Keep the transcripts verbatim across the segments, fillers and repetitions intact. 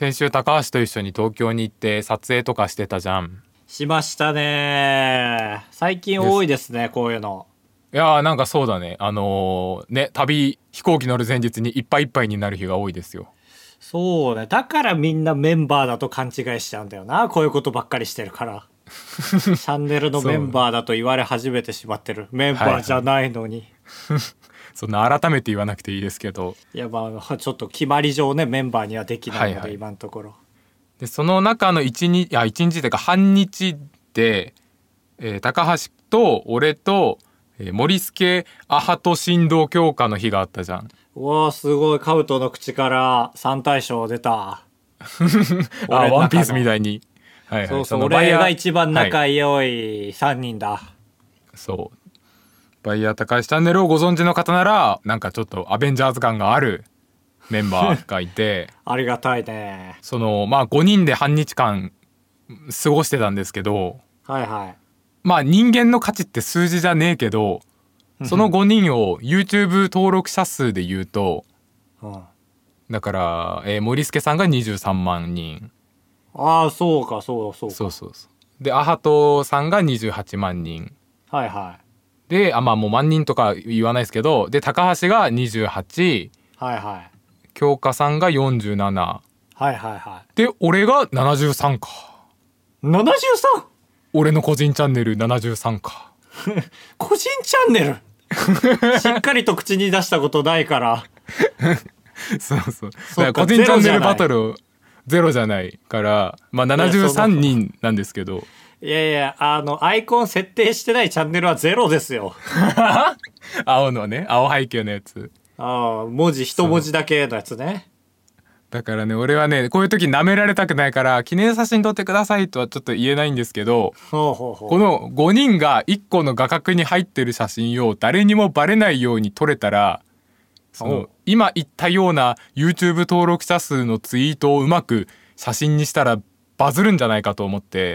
先週高橋と一緒に東京に行って撮影とかしてたじゃん。 しましたね。最近多いですね、こういうの。 いやーなんかそうだね。あのー、ね旅飛行機乗る前日にいっぱいいっぱいになる日が多いですよ。 そうね。だからみんなメンバーだと勘違いしちゃうんだよな。こういうことばっかりしてるから。チャンネルのメンバーだと言われ始めてしまってる。メンバーじゃないのに。 はいはい、そんな改めて言わなくていいですけど。 いやまあちょっと決まり上ねメンバーにはできないので、はいはい、今のところ。 でその中の一日、いや一日というか半日で、えー、高橋と俺と、えー、森助アハト振動強化の日があったじゃん。 うわーすごい。カウトの口から三大将出た。 あワンピースみたいに。はいはい、 そうそう、そ俺が一番仲良いさんにんだ、はい、 そうバイヤー高橋チャンネルをご存知の方ならなんかちょっとアベンジャーズ感があるメンバーがいてありがたいね。 そのまあごにんで半日間過ごしてたんですけど、 はいはい、 まあ人間の価値って数字じゃねえけどそのごにんを YouTube 登録者数で言うと、うん、だから、えー、森助さんがにじゅうさんまんにん。 ああそうかそうそうかそうそうそうでアハトさんがにじゅうはちまんにん。 はいはい。 であまあもう万人とか言わないですけどで高橋がにじゅうはち。 はいはい。 京香さんがよんじゅうなな。 はいはいはい。 で俺がななじゅうさんか。 ななじゅうさん。 俺の個人チャンネルななじゅうさんか。 個人チャンネルしっかりと口に出したことないからそうそうだから個人チャンネルバトルをゼロじゃないからまあななじゅうさんにんなんですけど、 いやいやあのアイコン設定してないチャンネルはゼロですよ青のね青背景のやつ。 ああ文字一文字だけのやつね。 だからね俺はねこういう時舐められたくないから記念写真撮ってくださいとはちょっと言えないんですけど、 ほうほうほう、 このごにんがいっこの画角に入ってる写真を誰にもバレないように撮れたらその今言ったような YouTube 登録者数のツイートをうまく写真にしたらバズるんじゃないかと思って。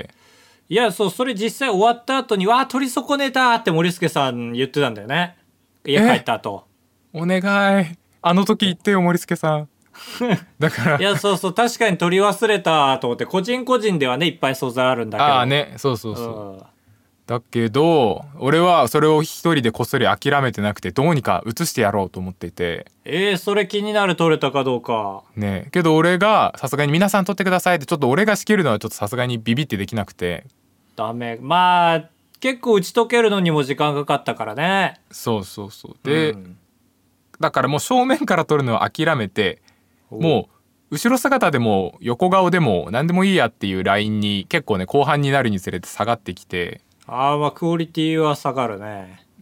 いやそうそれ実際終わった後にわー取り損ねたって森助さん言ってたんだよね家帰った後。 お願いあの時言ってよ森助さんだからいやそうそう確かに取り忘れたと思って個人個人ではねいっぱい素材あるんだけど。 ああねそうそうそう、うん、だけど俺はそれを一人でこっそり諦めてなくてどうにか写してやろうと思っていて。 えー、それ気になる撮れたかどうかね。けど俺がさすがに皆さん撮ってくださいってちょっと俺が仕切るのはちょっとさすがにビビってできなくて。 ダメ。まあ結構打ち解けるのにも時間かかったからね。 そうそうそうで、 うん、 だからもう正面から撮るのは諦めてもう後ろ姿でも横顔でも何でもいいやっていうラインに結構ね後半になるにつれて下がってきて。 ああまあクオリティは下がるね。 うん、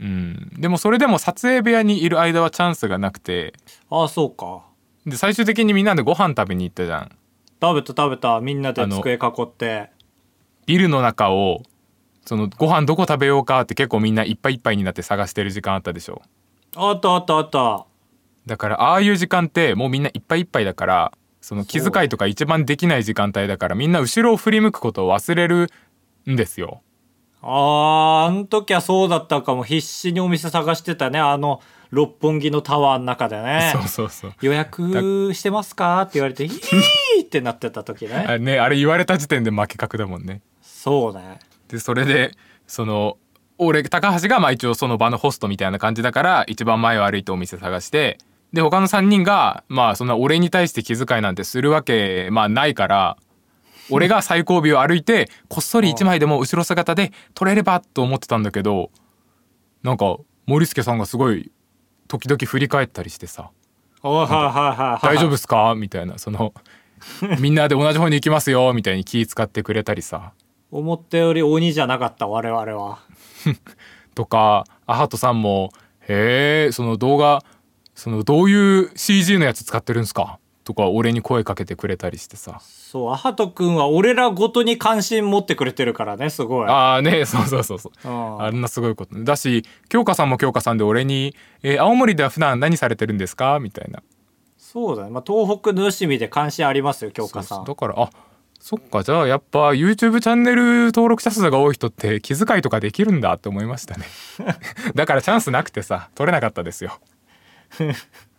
でもそれでも撮影部屋にいる間はチャンスがなくて。 ああそうか。 で最終的にみんなでご飯食べに行ったじゃん。 食べた食べた。みんなで机囲ってビルの中をそのご飯どこ食べようかって結構みんないっぱいいっぱいになって探してる時間あったでしょ。 あったあったあった。 だからああいう時間ってもうみんないっぱいいっぱいだからその気遣いとか一番できない時間帯だからみんな後ろを振り向くことを忘れるんですよ。 あーあの時はそうだったかも。必死にお店探してたねあの六本木のタワーの中でね。 そうそうそう予約してますかって言われてヒーってなってた時ね。 あれねあれ言われた時点で負け確だもんね。 そうね。 でそれでその俺高橋がまあ一応その場のホストみたいな感じだから一番前を歩いてお店探してで他のさんにんがまあそんな俺に対して気遣いなんてするわけまあないから俺が最後尾を歩いてこっそり一枚でも後ろ姿で撮れればと思ってたんだけどなんか森助さんがすごい時々振り返ったりしてさ「大丈夫っすか?」みたいなそのみんなで同じ方に行きますよみたいに気使ってくれたりさ。 思ったより鬼じゃなかった我々はとかアハトさんも「へえその動画そのどういう シージー のやつ使ってるんすか?」とか俺に声かけてくれたりしてさ。 そうアハトくんは俺らごとに関心持ってくれてるからねすごい。 ああねそうそうそうそう、あ, あんなすごいことだし京香さんも京香さんで俺に、えー「青森では普段何されてるんですか?」みたいな。 そうだね、まあ、東北の伏見で関心ありますよ京香さん。 そうそうだからあそっかじゃあやっぱ YouTube チャンネル登録者数が多い人って気遣いとかできるんだって思いましたねだからチャンスなくてさ撮れなかったですよ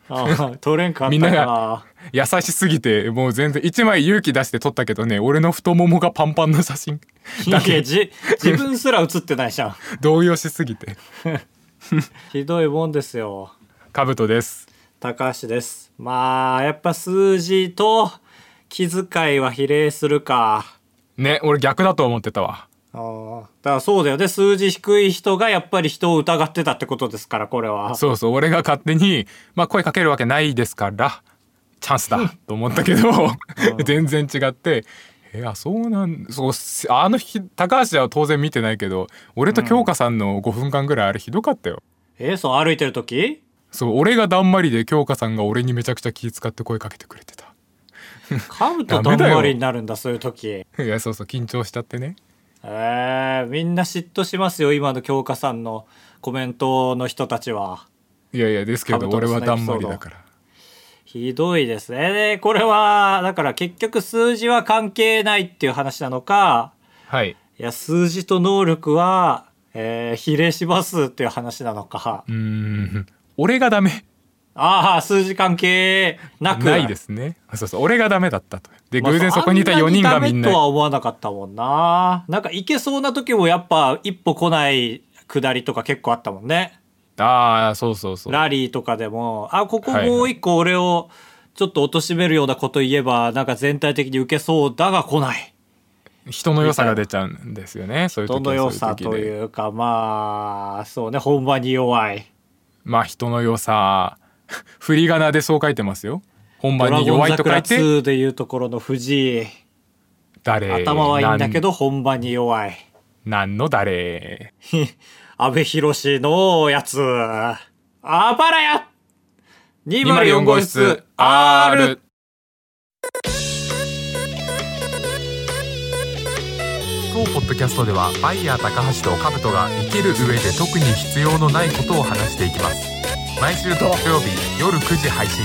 あ撮れんかったか。 みんなが優しすぎてもう全然いちまい勇気出して撮ったけどね、俺の太ももがパンパンの写真いやじ自分すら写ってないじゃん。 動揺しすぎて。 ひどいもんですよ。 カブトです。 高橋です。まあやっぱ数字と気遣いは比例するかね。俺逆だと思ってたわ。 ああ、だからそうだよね。数字低い人がやっぱり人を疑ってたってことですから、これは。 そうそう、俺が勝手に、まあ、声かけるわけないですからチャンスだと思ったけど全然違って、えあそうなんそうあの日高橋は当然見てないけど、俺と京香さんのごふんかんぐらいあれひどかったよ。 えー、そう歩いてる時？ そう俺がだんまりで京香さんが俺にめちゃくちゃ気遣って声かけてくれてた。 カブとだんまりになるんだそういう時。 いやそうそう緊張しちゃってね。 えー、みんな嫉妬しますよ今の京香さんのコメントの人たちは。 いやいやですけど俺はだんまりだから。 ひどいですね。でこれはだから結局数字は関係ないっていう話なのか、 はい、 いや数字と能力は、えー、比例しますっていう話なのか。 うーん俺がダメ。 ああ数字関係なくないですね。そうそう俺がダメだったと。で偶然そこにいたよにんがみんな、 まあ、とは思わなかったもんな。なんかいけそうな時もやっぱ一歩来ない下りとか結構あったもんね。 ああそうそうそう。 ラリーとかでもあここもう一個俺をちょっと貶めるようなこと言えばなんか全体的に受けそうだが来ない。 人の良さが出ちゃうんですよね。そういう時は人の良さというかまあそうね本番に弱い。 まあ人の良さ振り仮名でそう書いてますよ。本番に弱いと書いて。 ドラゴン桜ツーでいうところの藤井。 誰？ 頭はいいんだけど本番に弱い。 なんの誰？ 阿部寛のやつ。あばらやにまるよん号室 R。 当ポッドキャストではバイヤー高橋とカブトが生きる上で特に必要のないことを話していきます。毎週土曜日夜くじ配信。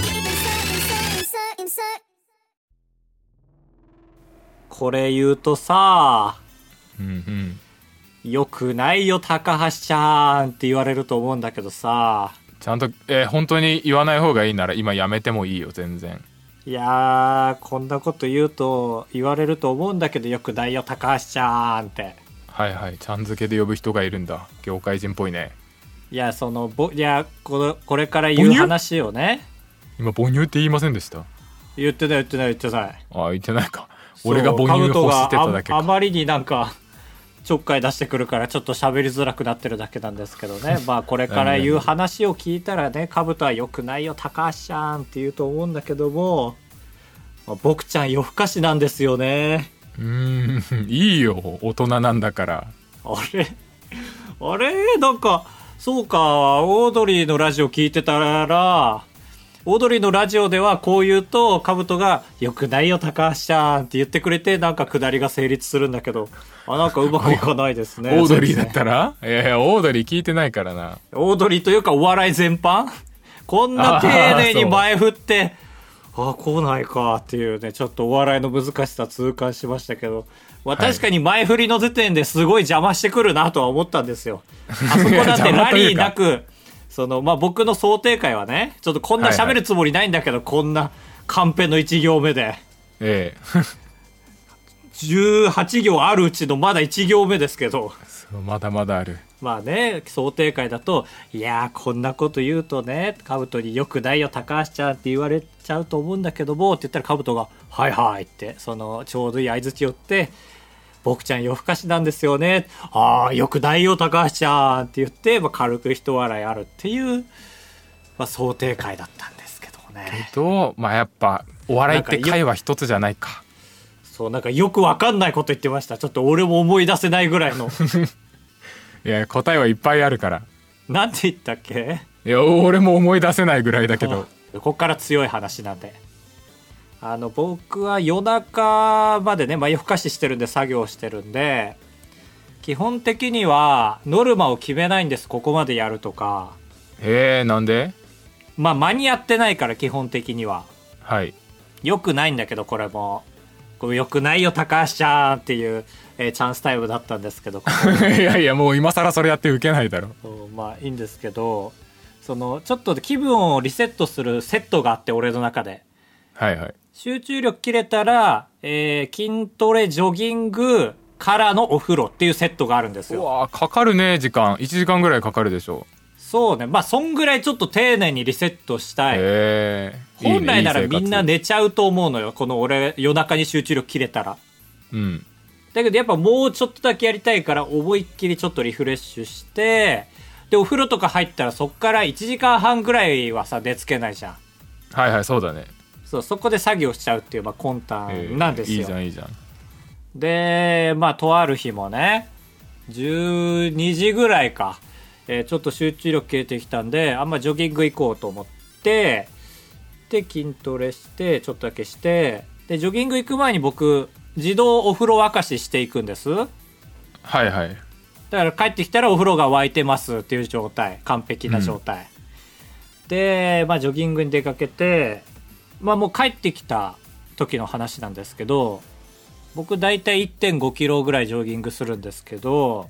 これ言うとさ、 うんうん、 よくないよ高橋ちゃんって言われると思うんだけどさ。 ちゃんと、えー、本当に言わない方がいいなら今やめてもいいよ全然。 いやーこんなこと言うと言われると思うんだけどよくないよ高橋ちゃんって。 はいはいちゃん付けで呼ぶ人がいるんだ。業界人っぽいね。 いやそのぼいやこのこれから言う話をね。 今母乳って言いませんでした？ 言ってない言ってない言ってない。 ああ言ってないか。俺が母乳欲してただけか。 あ, あまりになんかちょっかい出してくるからちょっと喋りづらくなってるだけなんですけどね。まあこれから言う話を聞いたらねカブトはよくないよ高橋ちゃんって言うと思うんだけども、まあ、僕ちゃん夜更かしなんですよね。 うーんいいよ大人なんだから。 あれあれなんかそうかオードリーのラジオ聞いてたらオードリーのラジオではこう言うとカブトがよくないよ高橋ちゃんって言ってくれてなんか下りが成立するんだけど、あなんかうまくいかないですね。 オードリーだったらいやいやオードリー聞いてないからな。 オードリーというかお笑い全般こんな丁寧に前振ってああこうないかっていうねちょっとお笑いの難しさ痛感しましたけど、まあ、確かに前振りの時点ですごい邪魔してくるなとは思ったんですよ。あそこだってラリーなくそのまあ僕の想定会はねちょっとこんな喋るつもりないんだけど、はいはい、こんなカンペのいち行目で、 ええ、 じゅうはち行あるうちのまだいち行目ですけど、 そうまだまだある。 まあね想定会だといやーこんなこと言うとねカブトによくないよ高橋ちゃんって言われちゃうと思うんだけどもって言ったらカブトがはいはいってそのちょうどいい相づちをって僕ちゃん夜更かしなんですよねああよくないよ高橋ちゃんって言って、まあ、軽く一笑いあるっていう、まあ、想定会だったんですけどね。 けどまあやっぱお笑いって会話一つじゃないか。 そうなんかよくわかんないこと言ってました。ちょっと俺も思い出せないぐらいのいや答えはいっぱいあるから。 なんて言ったっけ。 いや俺も思い出せないぐらいだけどここから強い話なんであの僕は夜中までね、まあ、夜更かししてるんで作業してるんで基本的にはノルマを決めないんです。ここまでやるとか。 へえなんで。 まあ間に合ってないから基本的には。 はいよくないんだけどこれもこれよくないよ高橋ちゃんっていう、えー、チャンスタイムだったんですけどここいやいやもう今更それやってウケないだろ。 まあいいんですけどそのちょっと気分をリセットするセットがあって、俺の中で。 はいはい。 集中力切れたら、えー、筋トレ、ジョギングからのお風呂っていうセットがあるんですよ。 うわー、かかるね、時間。いちじかんぐらいかかるでしょ。 そうね。まあ、そんぐらいちょっと丁寧にリセットしたい。 へー、いいね、 本来ならいい生活みんな寝ちゃうと思うのよ。この俺、夜中に集中力切れたら。 うん。 だけどやっぱもうちょっとだけやりたいから、思いっきりちょっとリフレッシュして、で、お風呂とか入ったらそっからいちじかんはんぐらいはさ、寝つけないじゃん。 はいはい、そうだね。 そう、そこで作業しちゃうっていう、まあ、魂胆なんですよ。 いいじゃん、いいじゃん。 で、まあ、とある日もね、じゅうにじぐらいか、えーちょっと集中力切れてきたんで、あんまジョギング行こうと思って、で、筋トレして、ちょっとだけして、で、ジョギング行く前に僕、自動お風呂沸かししていくんです。だはいはい。 から帰ってきたらお風呂が沸いてますっていう状態。完璧な状態。うん、で、まあ、ジョギングに出かけて、まあ、もう帰ってきた時の話なんですけど、僕だいたい いってんごキロぐらいジョギングするんですけど、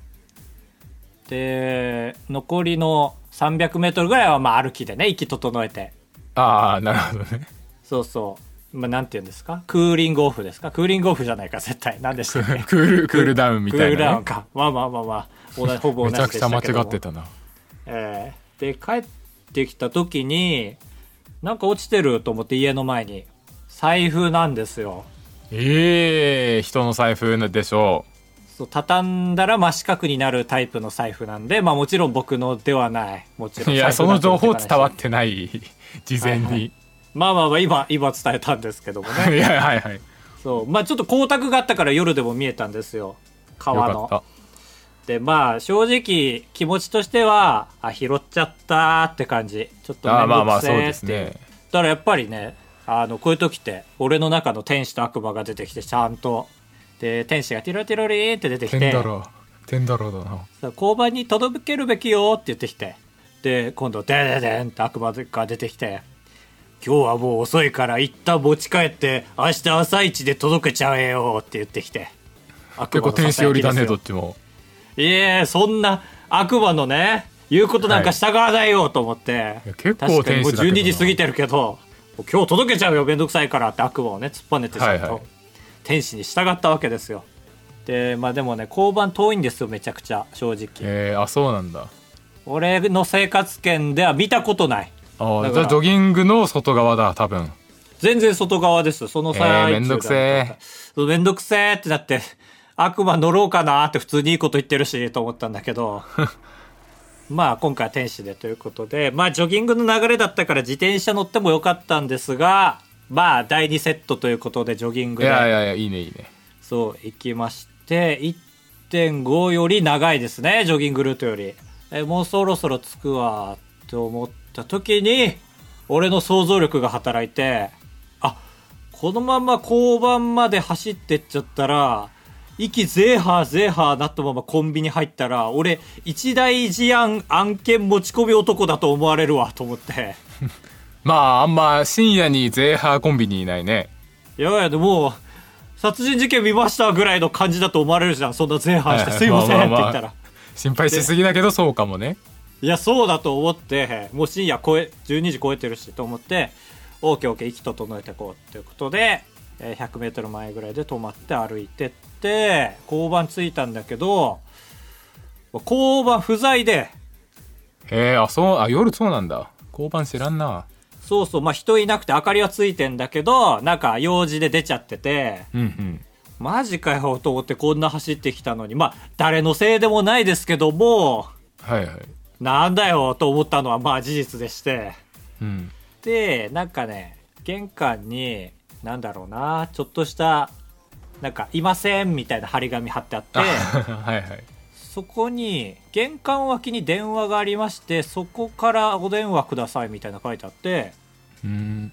で、残りのさんびゃくメートルぐらいはまあ歩きでね、息整えて。 ああ、なるほどね。 そうそう。まあ、なんて言うんですか、クーリングオフですか、クーリングオフじゃないか、絶対。なんでしたっけクール、クールダウンみたいな、ね。 クールダウンか。まあまあまあまあ。同じほぼ同じでしたけども。 めちゃくちゃ間違ってたな。 えー、で、帰ってきた時に、なんか落ちてると思って家の前に。財布なんですよ。 ええー、人の財布でしょう。そう、畳んだら真四角になるタイプの財布なんで、まあもちろん僕のではない。もちろん。 いや、その情報伝わってない。事前に。はいはい、 まあまあまあ、今、今伝えたんですけどもね。 いや、はいはい。 そう。まあちょっと光沢があったから夜でも見えたんですよ。川の。 よかった。 で、まあ正直気持ちとしては、あ、拾っちゃったって感じ。ちょっと面倒くせーって。あ、まあまあそうですね。だからやっぱりね、あの、こういう時って、俺の中の天使と悪魔が出てきて、ちゃんと。で、天使がティロティロリーって出てきて。 天だろう。天だろうだな。 交番に届けるべきよって言ってきて。で、今度、デーデーデーンって悪魔が出てきて。今日はもう遅いから一旦持ち帰って、明日朝一で届けちゃえよって言ってきて。 結構天使寄りだね、どっちも。 いえ、そんな悪魔のね、言うことなんか従わないよと思って。はい、 結構天使だけどな。確かにもうじゅうにじ過ぎてるけど、今日届けちゃうよめんどくさいからって悪魔をね突っぱねてちゃんと、はいはい、天使に従ったわけですよ。でまあでもね交番遠いんですよめちゃくちゃ正直。 えー、あそうなんだ。 俺の生活圏では見たことない。 あじゃあジョギングの外側だ多分。 全然外側です。その際、 えー、めんどくせえめんどくせえってなって悪魔乗ろうかなって普通にいいこと言ってるしと思ったんだけどまあ今回は天使でということで、まあジョギングの流れだったから自転車乗ってもよかったんですが、まあだいにセットということでジョギングで。 いやいやいや、いいねいいね。 そう、行きまして、いってんご より長いですね、ジョギングルートより。え、もうそろそろ着くわって思った時に、俺の想像力が働いて、あ、このまま交番まで走ってっちゃったら、息ゼーハーゼーハーなったままコンビニ入ったら俺一大事案案件持ち込み男だと思われるわと思ってまああんま深夜にゼーハーコンビニいないね。 いやいやでも殺人事件見ましたぐらいの感じだと思われるじゃん。そんなゼーハーしてすいませんって言ったら心配しすぎだけどそうかもね。 いやそうだと思ってもう深夜超えじゅうにじ超えてるしと思ってオーケーオーケー息整えていこうということでひゃくメートル前ぐらいで止まって歩いてって交番着いたんだけど交番不在で。 へえ、あそうあ夜そうなんだ。交番知らんな。 そうそう、まあ人いなくて明かりはついてんだけどなんか用事で出ちゃってて、 うんうん、 マジかよと思ってこんな走ってきたのにまあ誰のせいでもないですけども、 はいはい、 なんだよと思ったのはまあ事実でして、 うん、 でなんかね玄関になんだろうなちょっとしたなんかいませんみたいな張り紙貼ってあってはいはい、 そこに玄関脇に電話がありましてそこからお電話くださいみたいな書いてあって、 うん、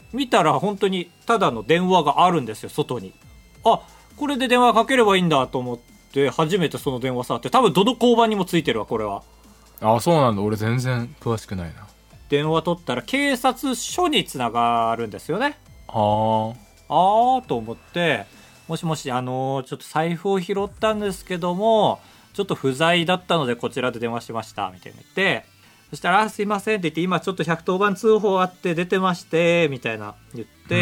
見たら本当にただの電話があるんですよ外に。あこれで電話かければいいんだと思って初めてその電話触って多分どの交番にもついてるわこれは。 あそうなんだ。俺全然詳しくないな。 電話取ったら警察署につながるんですよね。 はああーと思ってもしもしあのー、ちょっと財布を拾ったんですけどもちょっと不在だったのでこちらで電話しましたみたいな言ってそしたら、あ、すいませんって言って、今ちょっとひゃくとおばん通報あって出てまして、みたいな言って、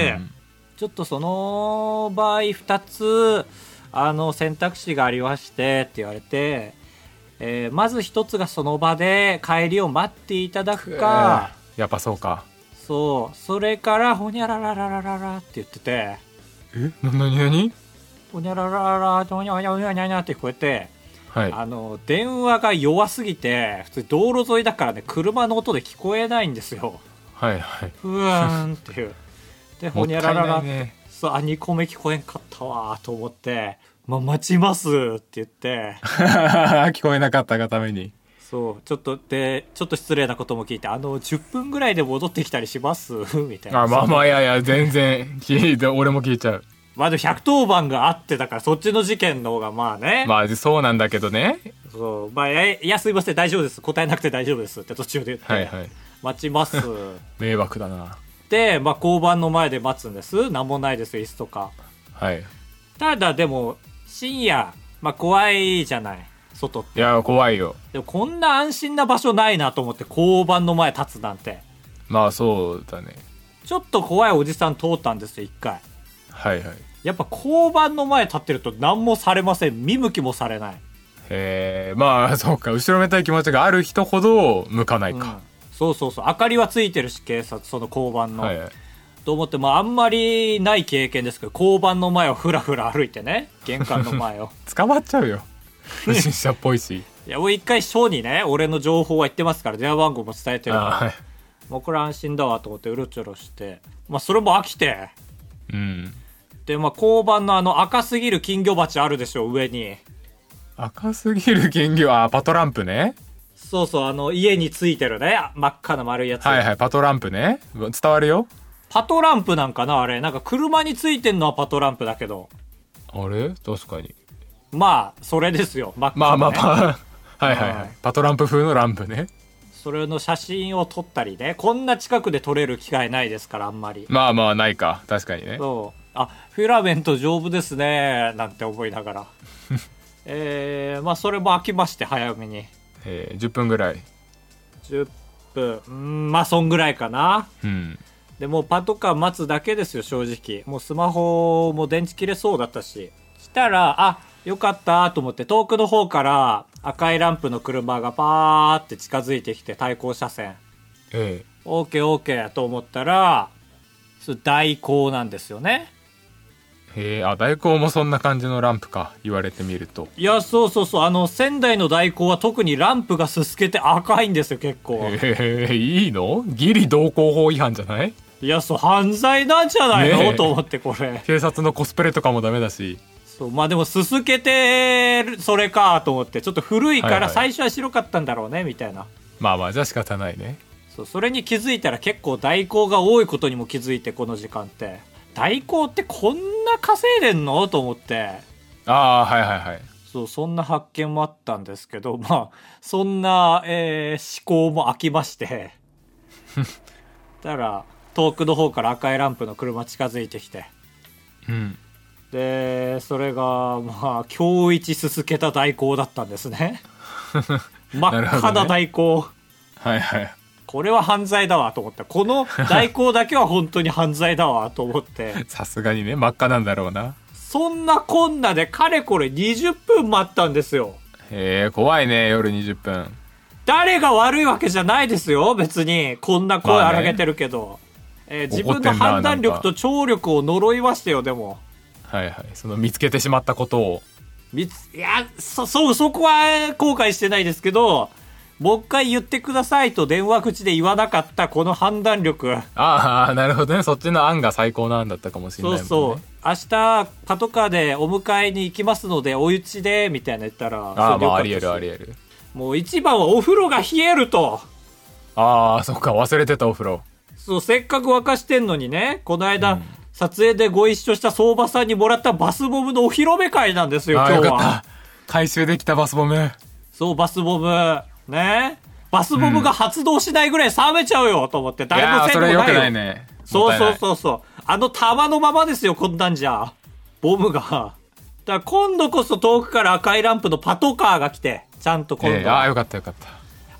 うん、ちょっとその場合ふたつ、あの、選択肢がありましてって言われて、えー、まずひとつがその場で帰りを待っていただくか、 えー、やっぱそうか。 そう、それから、ほにゃららららららって言ってて、 え、なになにほにゃらららら、ほにゃにゃにゃにゃにゃって聞こえて、 はい、 あの電話が弱すぎて普通道路沿いだからね車の音で聞こえないんですよ。 はいはい。 ふわーんっていうでほにゃらららって、ね、そうあにこめ聞こえんかったわと思って、まあ、待ちますって言って聞こえなかったがためにそうちょっとでちょっと失礼なことも聞いて、あのじゅっぷんぐらいで戻ってきたりしますみたいな。 あまあまあいやいや全然聞いて俺も聞いちゃう。 まあでもひゃくとおばんがあってだからそっちの事件の方がまあね。 まあそうなんだけどね。 そうまあいやすいません大丈夫です答えなくて大丈夫ですって途中で言って、 はいはい、 待ちます迷惑だな。 でまあ交番の前で待つんです。なんもないです椅子とか。 はい。 ただでも深夜まあ怖いじゃない外って。 いや怖いよ。 でもこんな安心な場所ないなと思って交番の前立つなんて。 まあそうだね。 ちょっと怖いおじさん通ったんですよ一回。 はいはい。 やっぱ交番の前立ってると何もされません。見向きもされない。 へえまあそうか後ろめたい気持ちがある人ほど向かないか、うん、 そうそうそう明かりはついてるし警察その交番の、 はいはい、 と思ってまああんまりない経験ですけど交番の前をふらふら歩いてね玄関の前を捕まっちゃうよ不審者っぽいしいやもう一回署にね俺の情報は言ってますから電話番号も伝えてるから、 はい、 もうこれ安心だわと思ってうろちょろしてまあそれも飽きてうんでまあ交番のあの赤すぎる金魚鉢あるでしょ上に。 赤すぎる金魚あパトランプね。 そうそうあの家についてるね真っ赤な丸いやつ。 はいはいパトランプね伝わるよ。 パトランプなんかなあれなんか車についてんのはパトランプだけど。 あれ確かにまあそれですよ真っ赤な、ね、 まあまあまあはいはいはい、うん、パトランプ風のランプね。 それの写真を撮ったりねこんな近くで撮れる機会ないですからあんまり。 まあまあないか確かにね。 そうあフィラメント丈夫ですねなんて思いながらえー、まあそれも飽きまして早めに、 えー、じゅっぷんぐらいじゅっぷんうんまあそんぐらいかな。 うんでもうパトカー待つだけですよ正直。もうスマホも電池切れそうだったししたらあよかったと思って遠くの方から赤いランプの車がパーって近づいてきて対向車線ええオーケーオーケーと思ったら代行なんですよね。 へえあ代行もそんな感じのランプか言われてみると。 いやそうそうそうあの仙台の代行は特にランプがすすけて赤いんですよ結構。 へえいいのギリ道交法違反じゃない？ いやそう犯罪なんじゃないの、ね、と思ってこれ警察のコスプレとかもダメだし。 そうまあでもすすけてそれかと思ってちょっと古いから最初は白かったんだろうね、はいはい、みたいな。 まあまあじゃあ仕方ないね。 そうそれに気づいたら結構代行が多いことにも気づいてこの時間って代行ってこんな稼いでんのと思って。 ああはいはいはいそうそんな発見もあったんですけどまあそんな、えー、思考も飽きましてだから遠くの方から赤いランプの車近づいてきて、 うん、 でそれがまあ今日一すすけた代行だったんですね真っ赤な代行、ね、 はいはいこれは犯罪だわと思ったこの代行だけは本当に犯罪だわと思ってさすがにね真っ赤なんだろうな。 そんなこんなでかれこれにじゅっぷん待ったんですよ。 へえ怖いね夜にじゅっぷん。 誰が悪いわけじゃないですよ別にこんな声荒げてるけど、まあねえー、自分の判断力と聴力を呪いましたよ。でもはいはいその見つけてしまったことを見ついやそそうそこは後悔してないですけどもう一回言ってくださいと電話口で言わなかったこの判断力。 ああなるほどねそっちの案が最高なんだったかもしれないもんね。 そうそう明日パトカーでお迎えに行きますのでお家でみたいな言ったらああまあありえるありえる。 もう一番はお風呂が冷えると。 ああそっか忘れてたお風呂。 そうせっかく沸かしてんのにねこの間、うん、撮影でご一緒した相場さんにもらったバスボムのお披露目会なんですよ今日は。 よかった回収できたバスボム。 そうバスボムねバスボムが発動しないぐらい冷めちゃうよと思って、うん、誰もせんでもないよ。いやそれ良くないね。そうそうそうそうあの弾のままですよこんなんじゃボムが。だから今度こそ遠くから赤いランプのパトカーが来てちゃんと今度、 えー、ああよかったよかった。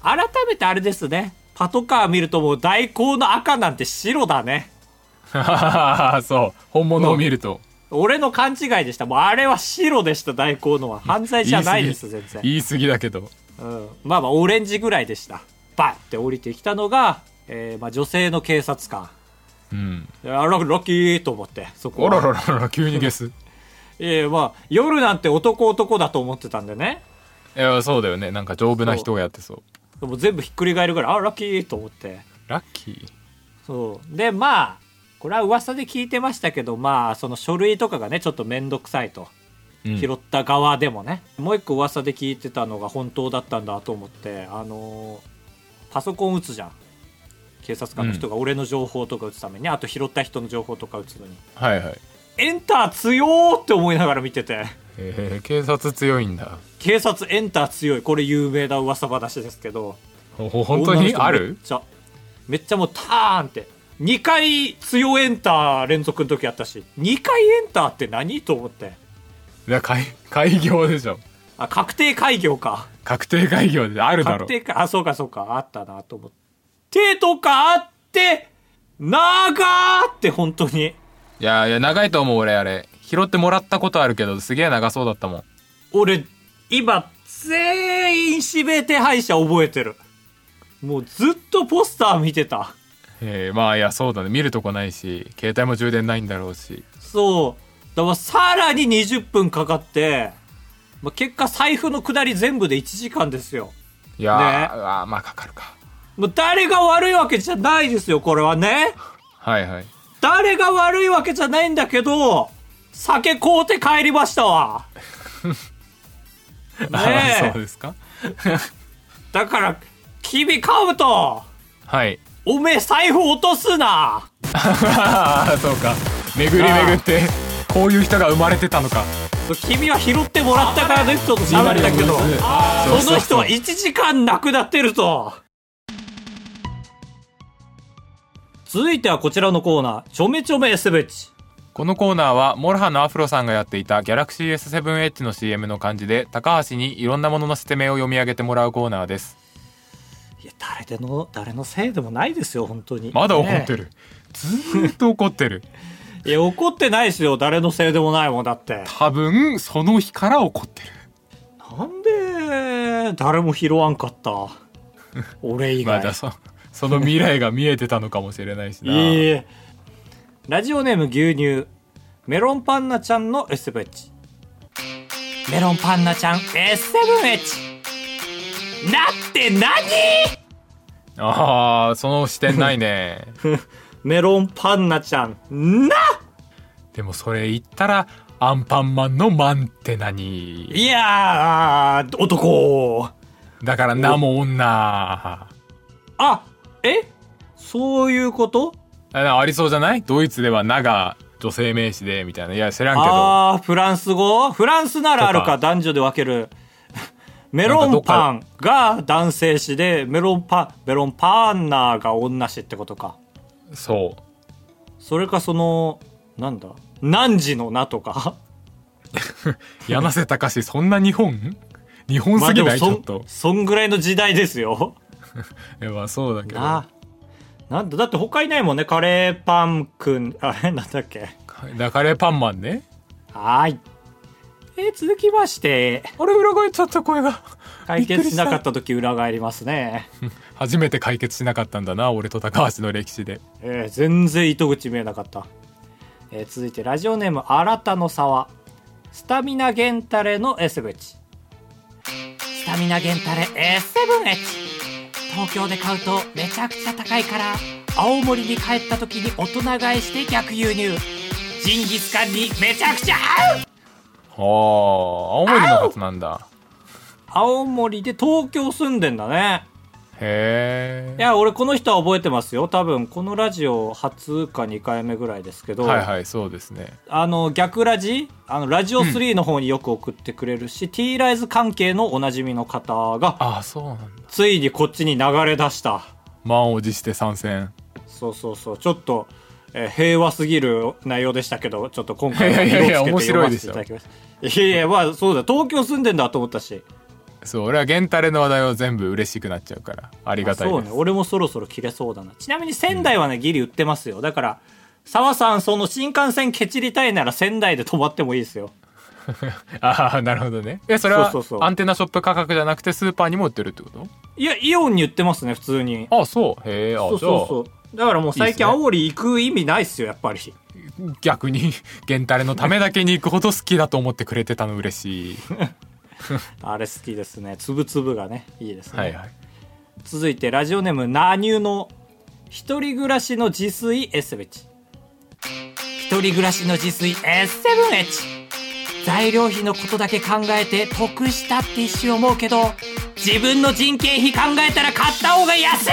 改めてあれですね。パトカー見るともう大光の赤なんて白だね。 そう。本物を見ると。 俺の勘違いでした。もうあれは白でした、大光のは。犯罪じゃないです、全然。 言い過ぎだけど。 うん。まあまあ、オレンジぐらいでした。バッって降りてきたのが、えー、まあ女性の警察官。 うん。 あら、ラッキーと思って、そこは。 あらららら、急にゲス。 ええ、まあ、夜なんて男男だと思ってたんでね。 いや、そうだよね。なんか丈夫な人がやってそう。 でも全部ひっくり返るぐらい、あ、ラッキーと思って。 ラッキー。 そう。で、まあ、これは噂で聞いてましたけど、まあ、その書類とかがね、ちょっとめんどくさいと。うん、拾った側でもね。もう一個噂で聞いてたのが本当だったんだと思って、あのー、パソコン打つじゃん。警察官の人が俺の情報とか打つために、うん、あと拾った人の情報とか打つのに。 はいはい。 エンター強ーって思いながら見てて。 えー、警察強いんだ。 警察エンター強い。これ有名な噂話ですけど。 本当にある？ めっちゃ、めっちゃもうターンって。にかい強エンター連続の時あったし、にかいエンターって何と思って。 いや、開、開業でしょ。 あ、確定開業か。 確定開業であるだろ。 確定か、あ、そうかそうか、あったなと思って。手とかあって、長ーって本当に。 いやいや、長いと思う俺あれ。拾ってもらったことあるけど、すげえ長そうだったもん。 俺、今、全員指名手配者覚えてる。もうずっとポスター見てた。 えー、まあいや、そうだね。見るとこないし、携帯も充電ないんだろうし。 そう。だからさらににじゅっぷんかかって、まあ、結果財布の下り全部でいちじかんですよ。 いやー、 ね、 あまあかかるか。 もう誰が悪いわけじゃないですよ、これはね。 はいはい。 誰が悪いわけじゃないんだけど、酒買うて帰りましたわ。 ねえ。そうですか。 だから、君カブト。 はい。 おめえ財布落とすな。 そうか。巡り巡って、こういう人が生まれてたのか。 君は拾ってもらった側の人と喋れたけど、その人はいちじかん亡くなってると。続いてはこちらのコーナー、ちょめちょめ エスブイエイチ。 このコーナーはモロハのアフロさんがやっていた Galaxy エスセブンエイチ の シーエム の感じで高橋にいろんなものの説明を読み上げてもらうコーナーです。 いや、誰での誰のせいでもないですよ本当に。 まだ怒ってる、ね、ずーっと怒ってる。 いや、怒ってないですよ、誰のせいでもないもん。だって多分その日から怒ってる。 なんで誰も拾わんかった俺以外。 まだそその未来が見えてたのかもしれないしな。 いい。ラジオネーム牛乳メロンパンナちゃんの エスセブンエイチ。 メロンパンナちゃん エスセブンエイチ なって何？ ああ、その視点ないね。 メロンパンナちゃんな。 でもそれ言ったらアンパンマンのマンって何？ いやー、男だからなも女。 あ、え、そういうこと？ あ, ありそうじゃない？ドイツではなが女性名詞でみたいな。いや知らんけど。 ああ、フランス語？フランスならあるか、男女で分ける。メロンパンが男性詞で、メロンパメロンパンナーが女詞ってことか。 そう。 それかそのなんだ、汝の名とか。 柳瀬隆史そんな日本？日本すぎない？ちょっと。 そんぐらいの時代ですよ。 いやまあそうだけど。 ななんだ、だって他いないもんね。カレーパンくん、あれなんだっけ。 だカレーパンマンね。 はーい。えー、続きまして。 あれ裏返っちゃった声が。 解決しなかった時裏返りますね。 初めて解決しなかったんだな、俺と高橋の歴史で。 えー、全然糸口見えなかった。えー、続いてラジオネーム新たの沢。スタミナゲンタレの エスセブンエイチ。スタミナゲンタレ エスセブンエイチ。東京で買うとめちゃくちゃ高いから青森に帰った時に大人買いして逆輸入。ジンギスカンにめちゃくちゃ合う。 はあ、青森のやつなんだ。 青森で東京住んでんだね。 へえ。 いや、俺この人は覚えてますよ。多分このラジオ初かにかいめぐらいですけど。 はいはい、そうですね。 あの逆ラジ、あのラジオスリーの方によく送ってくれるし、うん、T ライズ関係のおなじみの方が、 ああそうなんだ、 ついにこっちに流れ出した。 満を持して参戦。 そうそうそう、ちょっと、えー、平和すぎる内容でしたけど、ちょっと今回は色をつけて読ませていただきました。 いやいや、まあそうだ、東京住んでんだと思ったし。 そう俺はゲンタレの話題を全部嬉しくなっちゃうからありがたいです。 そうね、俺もそろそろ切れそうだな。ちなみに仙台はね、うん、ギリ売ってますよ。だから澤さん、その新幹線ケチりたいなら仙台で泊まってもいいですよ。 ああ、なるほどね。え、それはアンテナショップ価格じゃなくてスーパーにも売ってるってこと？ いや、イオンに売ってますね、普通に。 あ、そう。へえ、あ、 そうそうそう。だからもう最近青森行く意味ないっすよ、やっぱり。 逆にゲンタレのためだけに行くほど好きだと思ってくれてたの嬉しい。 あれ好きですね。つぶつぶがね、いいですね。 はいはい。 続いてラジオネームナニュの一人暮らしの自炊 エスセブンエイチ。一人暮らしの自炊 エスセブンエイチ。材料費のことだけ考えて得したって一瞬思うけど、自分の人件費考えたら買った方が安い。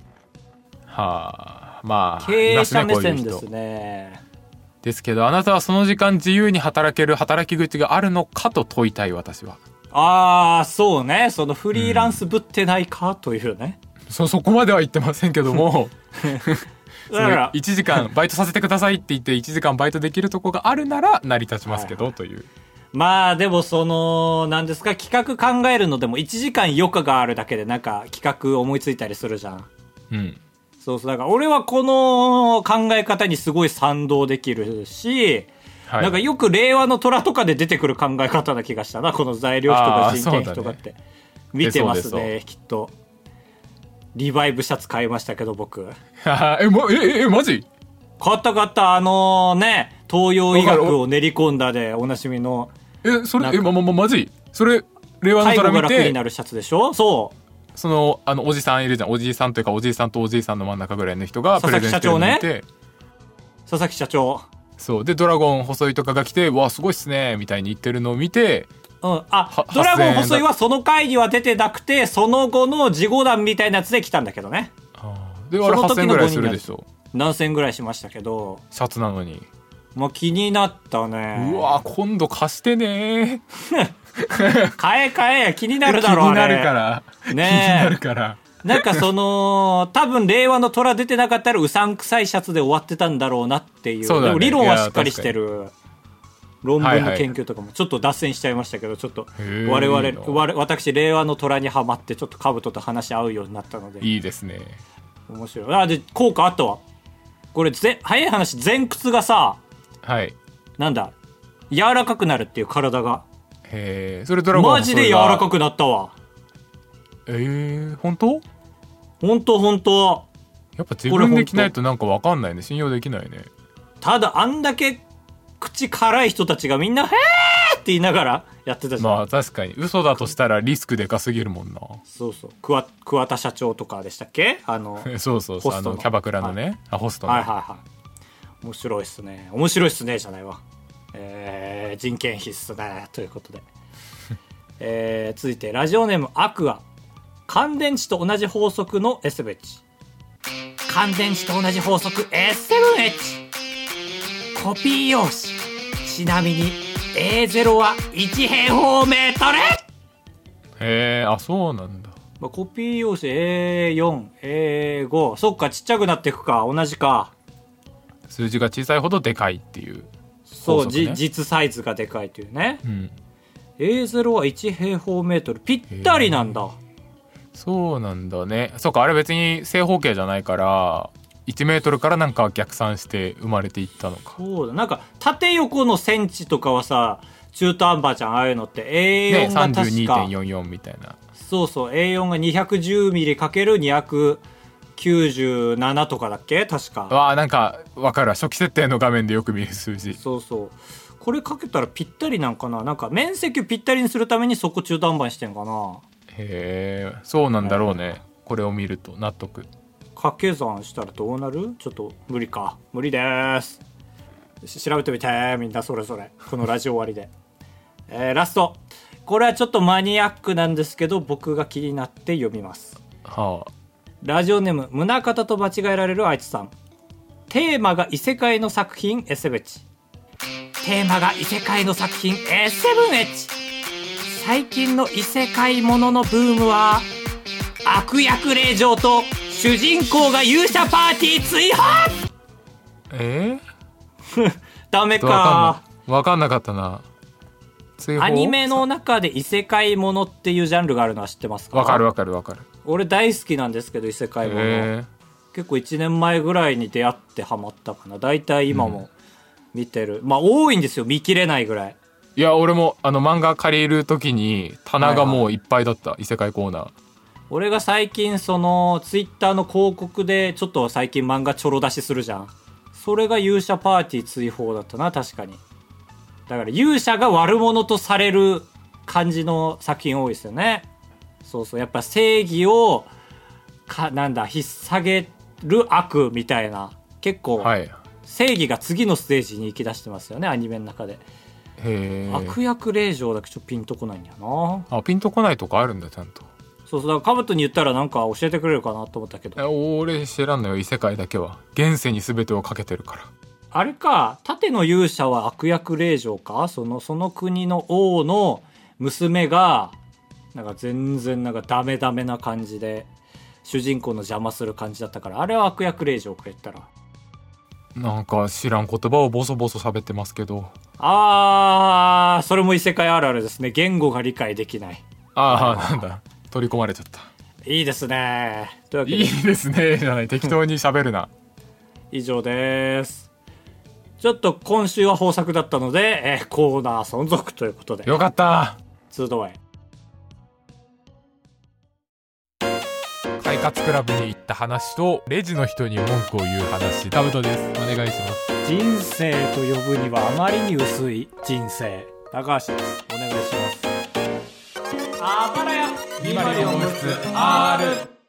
はあ、まあ経営者目線ですね。 ですけど、あなたはその時間自由に働ける働き口があるのかと問いたい、私は。 ああ、そうね。そのフリーランスぶってないかというね。 うん、そそこまでは言ってませんけども。だからいちじかんバイトさせてくださいって言っていちじかんバイトできるとこがあるなら成り立ちますけど、はいはい、という。 まあでもその何ですか、企画考えるのでもいちじかん余暇があるだけでなんか企画思いついたりするじゃん。 うん。 そうそう、だから俺はこの考え方にすごい賛同できるし、はい、なんかよく令和の虎とかで出てくる考え方な気がしたな、この材料費とか人件費とかって、ね、見てますねきっと。リバイブシャツ買いましたけど僕。 え、ま、ええマジ？ 買った買った。あのー、ね、東洋医学を練り込んだでおなじみの。 え、それえまままマジ？それ令和の虎見て介護が楽になるシャツでしょ。そう。 そのあのおじさんいるじゃん、おじいさんというかおじいさんとおじいさんの真ん中ぐらいの人がプレゼンしてるのを見て、 佐々木社長、 そうでドラゴン細いとかが来て、わあすごいっすねみたいに言ってるのを見て、 うん、あドラゴン細いはその回には出てなくて、その後の事後談みたいなやつで来たんだけどね。 あであれはっせんえんぐらいするでしょ。 何千円ぐらいしましたけど、 シャツなのに。 もう気になったね。 うわ今度貸してね。 買え買え、気になるだろう。 気になるからね。気になるからなんかその多分令和の虎出てなかったらうさんくさいシャツで終わってたんだろうなっていう。そうだね、でも理論はしっかりしてる。論文の研究とかもちょっと脱線しちゃいましたけど、ちょっと我々我私令和の虎にハマってちょっと兜と話し合うようになったのでいいですね。 面白い。あで効果あったわ。これぜ早い話、前屈がさ、 はい、 なんだ柔らかくなるっていう、体が。 へえ、それドラゴンマジで柔らかくなったわ。 えー、本当？ 本当本当。 やっぱ自分で着ないとなんか分かんないね、信用できないね。ただあんだけ口辛い人たちがみんな「へー!」って言いながらやってたじゃん。 まあ確かに嘘だとしたらリスクでかすぎるもんな。 そうそう、桑桑田社長とかでしたっけ、あのそうそうそう、あのキャバクラのね、はい、あホストの、 はいはいはい、面白いっすね、面白いっすねじゃないわ、えー、人件費っすねということで、えー、続いてラジオネームアクア。乾電池と同じ法則の エスセブンエイチ。乾電池と同じ法則 エスセブンエイチ。コピー用紙。ちなみに エーゼロ はいち平方メートル。 へえ、あそうなんだ。 まあ、コピー用紙 エーよん、エーご、そっか、ちっちゃくなっていくか、同じか。 数字が小さいほどでかいっていう、ね、 そう、じ実サイズがでかいというね、うん、エーゼロ はいち平方メートルぴったりなんだ。 そうなんだね。そうか、あれ別に正方形じゃないからいちメートルからなんか逆算して生まれていったのか。 そうだ、なんか縦横のセンチとかはさ、中途半端じゃん、ああいうのって。 エーよん が確か、ね、さんじゅうにてんよんよん みたいな。そうそう、 エーよん が にひゃくじゅうミリかけるにひゃくきゅうじゅうなな とかだっけ確か。 わあ、なんか分かるわ、初期設定の画面でよく見る数字。 そうそう、これかけたらぴったりなんかな。なんか面積をぴったりにするためにそこ中途半端にしてんかな。 へえ、そうなんだろうね、えー、これを見ると納得。 掛け算したらどうなる？ちょっと無理か、無理です。調べてみてみんなそれぞれ、このラジオ終わりで。えー、ラスト、これはちょっとマニアックなんですけど僕が気になって読みます。 はあ、 ラジオネーム宗像と間違えられるあいつさん。テーマが異世界の作品 エスセブンエイチ。テーマが異世界の作品 エスセブンエイチ。最近の異世界もののブームは悪役令嬢と主人公が勇者パーティー追放。 えー、 ダメか。 分かんなかったな。 追放アニメの中で異世界ものっていうジャンルがあるのは知ってますか？ わかるわかるわかる。 俺大好きなんですけど異世界もの、 へ結構いちねんまえぐらいに出会ってハマったかな。だいたい今も見てる、うん、まあ多いんですよ、見切れないぐらい。 いや俺もあの漫画借りる時に棚がもういっぱいだった、はいはい、異世界コーナー。 俺が最近そのツイッターの広告でちょっと最近漫画ちょろ出しするじゃん。それが勇者パーティー追放だったな、確かに。だから勇者が悪者とされる感じの作品多いですよね。そうそう、やっぱ正義をかなんだ引っ提げる悪みたいな、結構正義が次のステージに行き出してますよね、アニメの中で。 へー。 悪役令嬢だけちょっとピンとこないんだよな。 あ、ピンとこないとかあるんだちゃんと。 そうそう、だからカブトに言ったらなんか教えてくれるかなと思ったけど。 え俺知らんのよ、異世界だけは現世に全てをかけてるから。 あれか、盾の勇者は悪役令嬢か、そのその国の王の娘がなんか全然なんかダメダメな感じで主人公の邪魔する感じだったから、あれは悪役令嬢か言ったら。 なんか知らん言葉をボソボソ喋ってますけど。 あー、それも異世界あるあるですね。言語が理解できない。 ああ、なんだ、取り込まれちゃった。 いいですね。というわけでいいですねじゃない、適当に喋るな。 以上です。ちょっと今週は豊作だったので、えー、コーナー存続ということで。 よかった。 ツードワイ快活クラブに行った話とレジの人に文句を言う話。タブトです。お願いします。 人生と呼ぶにはあまりに薄い人生、高橋です。お願いします。あばらやにまるよんぶつ R。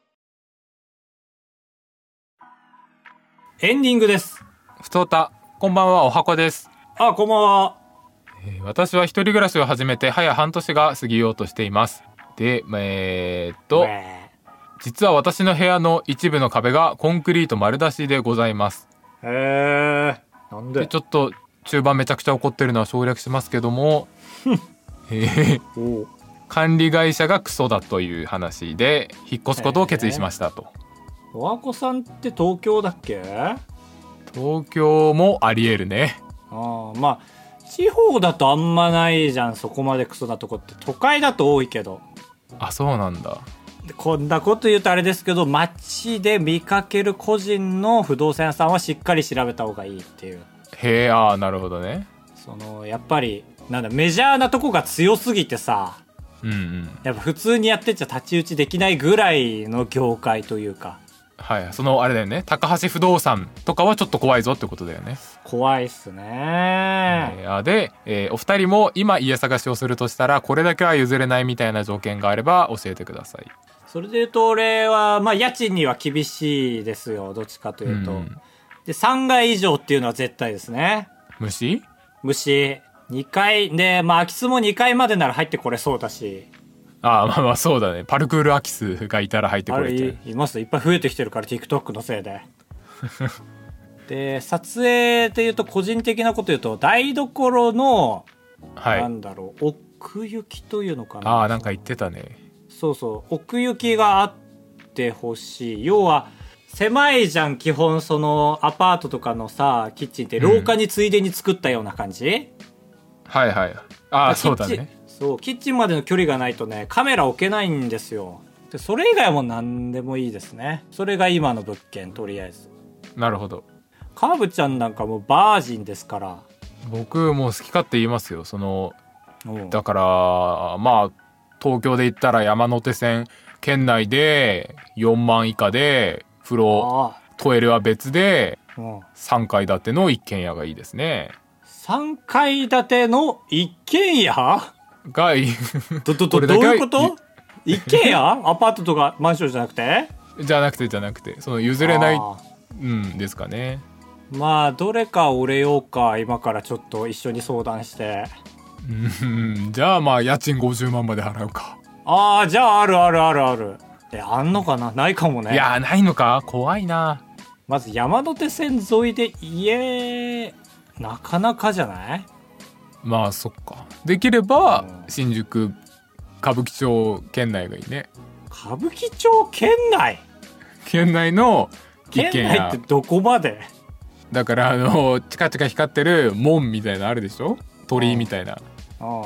エンディングです。 ふとた、こんばんは、おはこです。 あ、こんばんは。 えー、私は一人暮らしを始めて早半年が過ぎようとしています。で、えー、っと実は私の部屋の一部の壁がコンクリート丸出しでございます。 へー、なんで？ でちょっと中盤めちゃくちゃ怒ってるのは省略しますけどもえー、管理会社がクソだという話で引っ越すことを決意しましたと。 おわこさんって東京だっけ？ 東京もありえるね。 ああ、まあ地方だとあんまないじゃん、そこまでクソなとこって。都会だと多いけど。 あ、そうなんだ。 でこんなこと言うとあれですけど、街で見かける個人の不動産屋さんはしっかり調べた方がいいっていう。 へえ、ああ、なるほどね。 そのやっぱりなんだ、メジャーなとこが強すぎてさ、 うんうん、 やっぱ普通にやってちゃ太刀打ちできないぐらいの業界というか。 はい、そのあれだよね、高橋不動産とかはちょっと怖いぞってことだよね。 怖いっすね。 えー、で、えー、お二人も今家探しをするとしたらこれだけは譲れないみたいな条件があれば教えてください。 それで言うと俺はまあ家賃には厳しいですよ、どっちかというと、うん、でさんがい以上っていうのは絶対ですね。 虫虫にかいで、まあ空き巣もにかいまでなら入ってこれそうだし。ああ、まあまあそうだね、パルクール空き巣がいたら入ってこれて。 あれいますいっぱい増えてきてるから TikTok のせいでで撮影っていうと個人的なこと言うと台所の、はい、なんだろう、奥行きというのかな。 ああ、なんか言ってたね。 そうそう、奥行きがあってほしい。要は狭いじゃん基本、そのアパートとかのさキッチンって廊下についでに作ったような感じ、うん、 はいはい。ああ、そうだね。 そう、キッチンまでの距離がないとねカメラ置けないんですよ。でそれ以外はもう何でもいいですね。それが今の物件、とりあえず。なるほど。 カーブちゃんなんかもうバージンですから。 僕もう好き勝手言いますよ。そのだからまあ東京で言ったら山手線圏内でよんまん以下で風呂トイレは別でさんかい建ての一軒家がいいですね。 さんかい建ての一軒家がいいどどどどういうこと？一軒家アパートとかマンションじゃなくてじゃなくてじゃなくてその譲れないうんですかね。 まあどれかおれようか、今からちょっと一緒に相談して。 うんじゃあまあ家賃ごじゅうまんまで払うか。 ああ、じゃああるあるあるある。え、あんのかな？ないかもね。 いやないのか、怖いな。 まず山手線沿いで家なかなかじゃない？ まあそっか、できれば、うん、新宿歌舞伎町圏内がいいね。 歌舞伎町圏内県内の一軒家。 県内ってどこまで？ だからあのチカチカ光ってる門みたいなのあるでしょ、鳥居みたいな、 ああ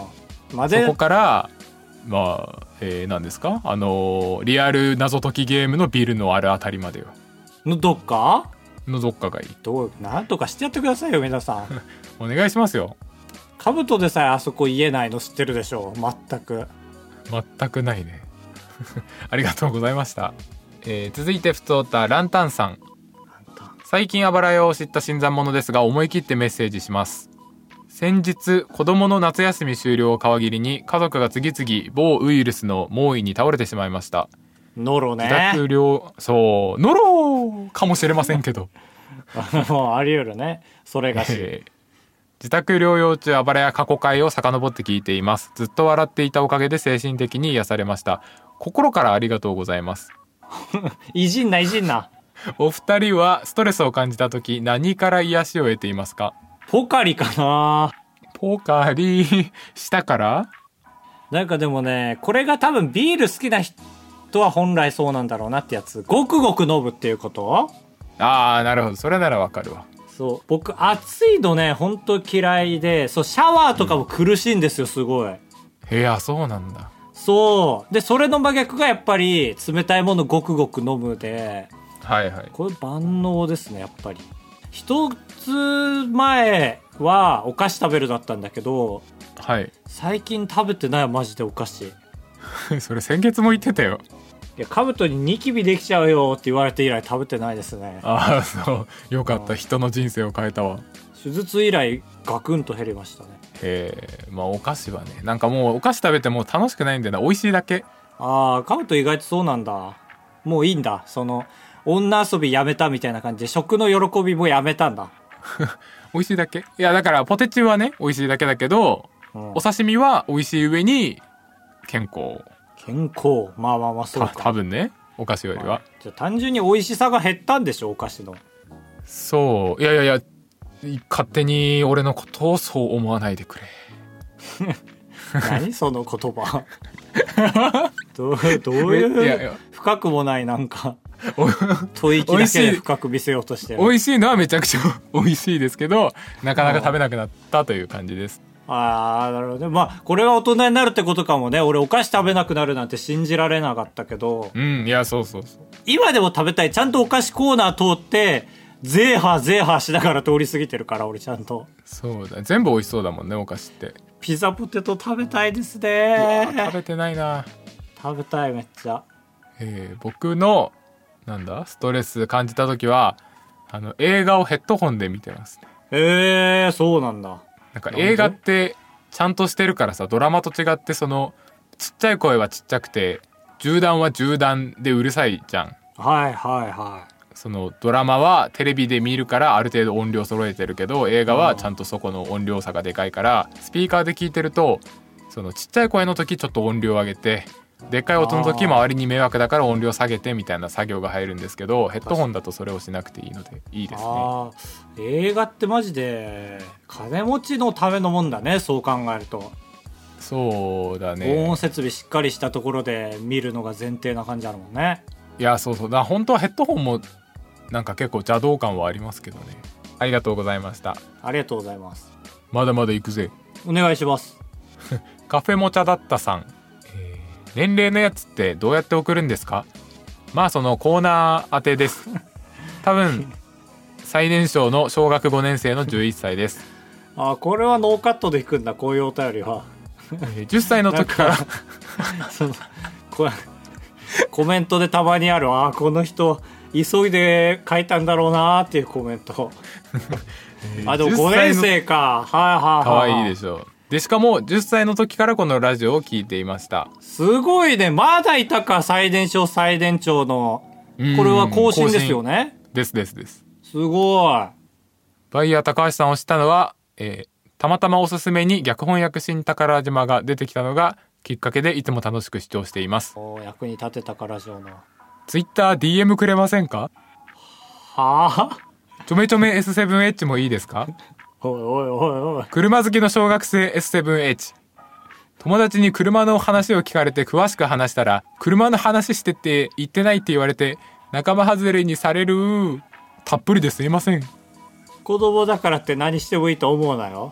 までそこからまあ、えー、何ですかあのー、リアル謎解きゲームのビルのあるあたりまでよのどっかのどっかがいい。 どうなんとかしてやってくださいよ皆さん。 お願いしますよ。 カブトでさえあそこ言えないの知ってるでしょ。全く全くないねありがとうございました。えー、続いてふつおたランタンさん。最近あばら屋を知った新参者ですが思い切ってメッセージします。先日子供の夏休み終了を皮切りに家族が次々某ウイルスの猛威に倒れてしまいました。 ノロね。 自宅療そうノロかもしれませんけどもうあり得るねそれがし、 えー、自宅療養中あばらや過去回を遡って聞いています。ずっと笑っていたおかげで精神的に癒されました。心からありがとうございますいじんないじんな。 お二人はストレスを感じた時何から癒しを得ていますか？ ポカリかな。 ポカリしたからなんかでもねこれが多分ビール好きな人は本来そうなんだろうなってやつ。ごくごく飲むっていうこと。 ああなるほどそれならわかるわ。 そう僕暑いのね本当嫌いで、そうシャワーとかも苦しいんですよすごい。 へえ、あそうなんだ。 そうでそれの真逆がやっぱり冷たいものごくごく飲むで、 はいはい。 これ万能ですねやっぱり。一つ前はお菓子食べるだったんだけど、 はい最近食べてないマジでお菓子。 それ先月も言ってたよ。 いやカブトにニキビできちゃうよって言われて以来食べてないですね。 ああそうよかった。人の人生を変えたわ。 手術以来ガクンと減りましたね。 へえ、まあお菓子はねなんかもうお菓子食べても楽しくないんだよな。美味しいだけ。 ああカブト意外とそうなんだ。もういいんだその女遊びやめたみたいな感じで食の喜びもやめたんだ美味しいだけ。いやだからポテチはね美味しいだけだけど、うん、お刺身は美味しい上に健康。 健康まあまあまあそうか多分ねお菓子よりは、 まあ、じゃあ単純に美味しさが減ったんでしょお菓子の。 そういやいやいや勝手に俺のことをそう思わないでくれ何その言葉どう、どういう深くもないなんか吐息だけで深く見せようとしてる。 美味しいのはめちゃくちゃ美味しいですけどなかなか食べなくなったという感じです。 ああなるほどね。まあこれは大人になるってことかもね。俺お菓子食べなくなるなんて信じられなかったけど、 うんいやそうそうそう今でも食べたい。ちゃんとお菓子コーナー通ってゼーハーゼーハーしながら通り過ぎてるから俺ちゃんと。 そうだ全部美味しそうだもんねお菓子って。 ピザポテト食べたいですね。 食べてないな。 食べたいめっちゃ。 えー、僕のなんだストレス感じた時はあの映画をヘッドホンで見てますね。 えー、そうなんだ。 なんか映画ってちゃんとしてるからさドラマと違ってそのちっちゃい声はちっちゃくて銃弾は銃弾でうるさいじゃん。 はいはいはい。 そのドラマはテレビで見るからある程度音量揃えてるけど映画はちゃんとそこの音量差がでかいからスピーカーで聞いてるとそのちっちゃい声の時ちょっと音量上げてでっかい音の時周りに迷惑だから音量下げてみたいな作業が入るんですけどヘッドホンだとそれをしなくていいのでいいですね。 あ映画ってマジで金持ちのためのもんだねそう考えると。 そうだね。 防音設備しっかりしたところで見るのが前提な感じあるもんね。 いやそうそうだ本当はヘッドホンもなんか結構邪道感はありますけどね。ありがとうございました。 ありがとうございます。 まだまだ行くぜ。 お願いしますカフェモチャだったさん、えー、年齢のやつってどうやって送るんですか？まあそのコーナー宛てです多分最年少の小学ごねん生のじゅういっさいですあこれはノーカットでいくんだこういうお便りはえー、じゅっさいの時からそのこコメントでたまにあるあこの人急いで書いたんだろうなっていうコメントあでもごねん生かはいはいはいかわいいでしょ。でしかもじゅっさいの時からこのラジオを聞いていました。 すごいねまだいたか最年少最年長のこれは更新ですよね。 ですですですすごい。 バイヤー高橋さんを知ったのは、えー、たまたまおすすめに逆翻訳新宝島が出てきたのがきっかけでいつも楽しく視聴しています。 お役に立てたからじゃな。 ツイッター ディーエム くれませんか？ はあちょめちょめ エスセブンエイチ もいいですか？ おいおいおいおい車好きの小学生 エスセブンエイチ 友達に車の話を聞かれて詳しく話したら車の話してって言ってないって言われて仲間外れにされる。たっぷりですいません。 子供だからって何してもいいと思うなよ。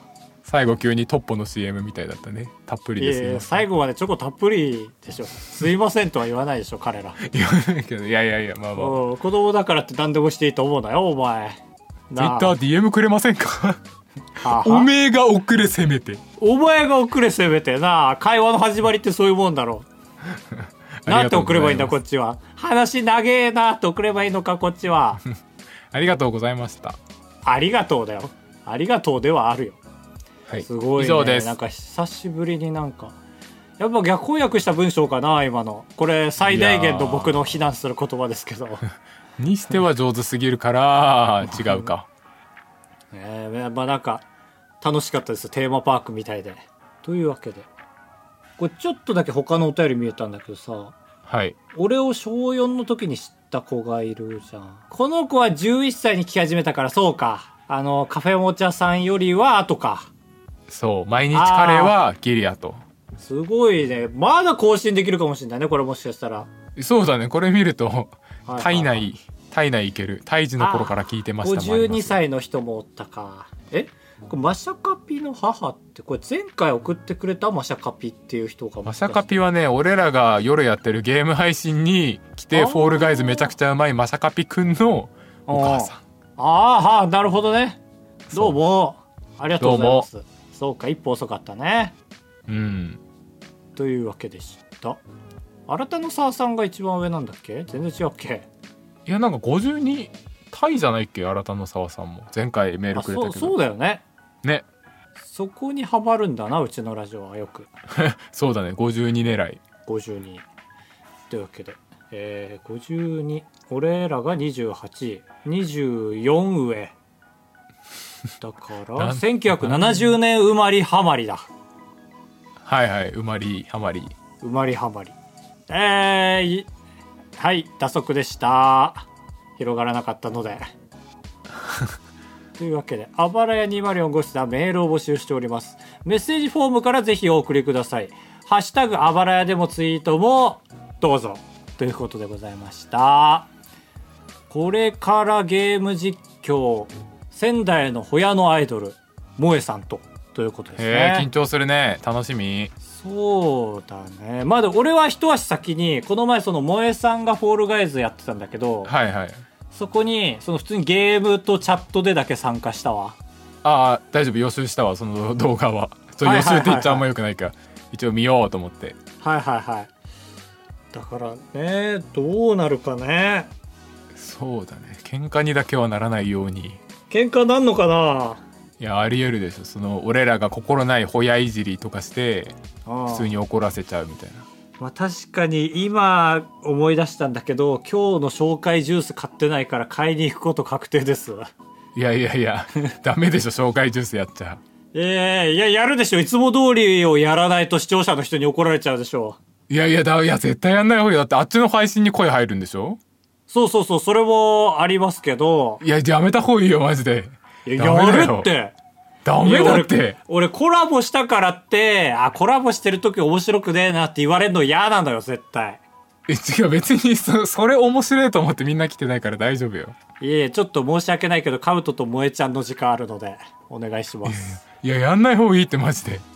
最後急にトッポの シーエム みたいだったね。たっぷりですね。 いやいや最後までチョコたっぷりでしょ。すいませんとは言わないでしょ彼ら。 言わないけど、いやいやいや、まあまあ。 子供だからって何でもしていいと思うなよお前。 ツイッター ディーエム くれませんか？ ははおめえが遅れせめて。 お前が遅れせめてな。会話の始まりってそういうもんだろ。なんて送ればいいんだこっちは。話長えなって送ればいいのかこっちは。 ありがとうございました。 ありがとうだよ。ありがとうではあるよ。 はい、 すごいね。 以上です。 なんか久しぶりになんかやっぱ逆翻訳した文章かな今の。これ最大限の僕の非難する言葉ですけど。 にしては上手すぎるから違うか。 えー、まあなんか楽しかったですテーマパークみたいで。というわけでこれちょっとだけ他のお便り見えたんだけどさ、 はい、 俺をしょうよんの時に知った子がいるじゃん。この子はじゅういっさいに聞き始めたから、そうか、あのカフェお茶さんよりは後か。 そう毎日カレーはギリアと。 すごいね。まだ更新できるかもしれないねこれもしかしたら。 そうだね、これ見ると、はいはいはい、体内体内いける。胎児の頃から聞いてました。 ごじゅうにさいの人もおったか。えこれマシャカピの母ってこれ前回送ってくれたマシャカピっていう人かも。 マシャカピはね、俺らが夜やってるゲーム配信に来てフォールガイズめちゃくちゃうまいマシャカピくんのお母さん。 ああなるほどね。どうもありがとうございます。そうか一歩遅かったね。 うんというわけでした。新田の沢さんが一番上なんだっけ。全然違うっけ。 いやなんかごじゅうにタイじゃないっけ新田の沢さんも。前回メールくれたけど。 そう、そうだよね。 ね、 そこにハマるんだなうちのラジオはよく。 そうだね、ごじゅうに狙い。 ごじゅうにというわけで、えー、ごじゅうに俺らがにじゅうはち、にじゅうよん上だからせんきゅうひゃくななじゅうねん生まりハマりだ。 はいはい、生まりハマり生まりハマり。えー、はい打足でした。広がらなかったので。というわけで、あばらやにまるよん号室ではメールを募集しております。メッセージフォームからぜひお送りください。ハッシュタグあばらやでもツイートもどうぞということでございました。これからゲーム実況、仙台のホヤのアイドル萌えさんとということですね。 へー緊張するね。楽しみ。 そうだね。まだ俺は一足先にこの前その萌えさんがフォールガイズやってたんだけど、 はいはい、 そこにその普通にゲームとチャットでだけ参加したわ。 ああ大丈夫、予習したわその動画は。ちょ予習って言っちゃあんまよくないか、一応見ようと思って。はいはいはい。 だからね、どうなるかね。 そうだね、喧嘩にだけはならないように。 喧嘩なんのかな。 いやありえるでしょ。その俺らが心ないホヤいじりとかして普通に怒らせちゃうみたいな。 まあ確かに今思い出したんだけど、今日の紹介ジュース買ってないから買いに行くこと確定です。 いやいやいやダメでしょ紹介ジュースやっちゃ。 ええいややるでしょ。いつも通りをやらないと視聴者の人に怒られちゃうでしょ。 いやいやだいや絶対やんない方がいい。だってあっちの配信に声入るんでしょ。 そうそうそう、それもありますけど。 いややめた方がいいよマジで。 いややるってダメだって。 俺、俺コラボしたからって、あ、コラボしてる時面白くねえなって言われるの嫌なのよ、絶対。 え、違う、別にそ、それ面白いと思ってみんな来てないから大丈夫よ。 いえいえ、ちょっと申し訳ないけど、カブトと萌えちゃんの時間あるので、お願いします。 いや、いややんない方がいいってマジで。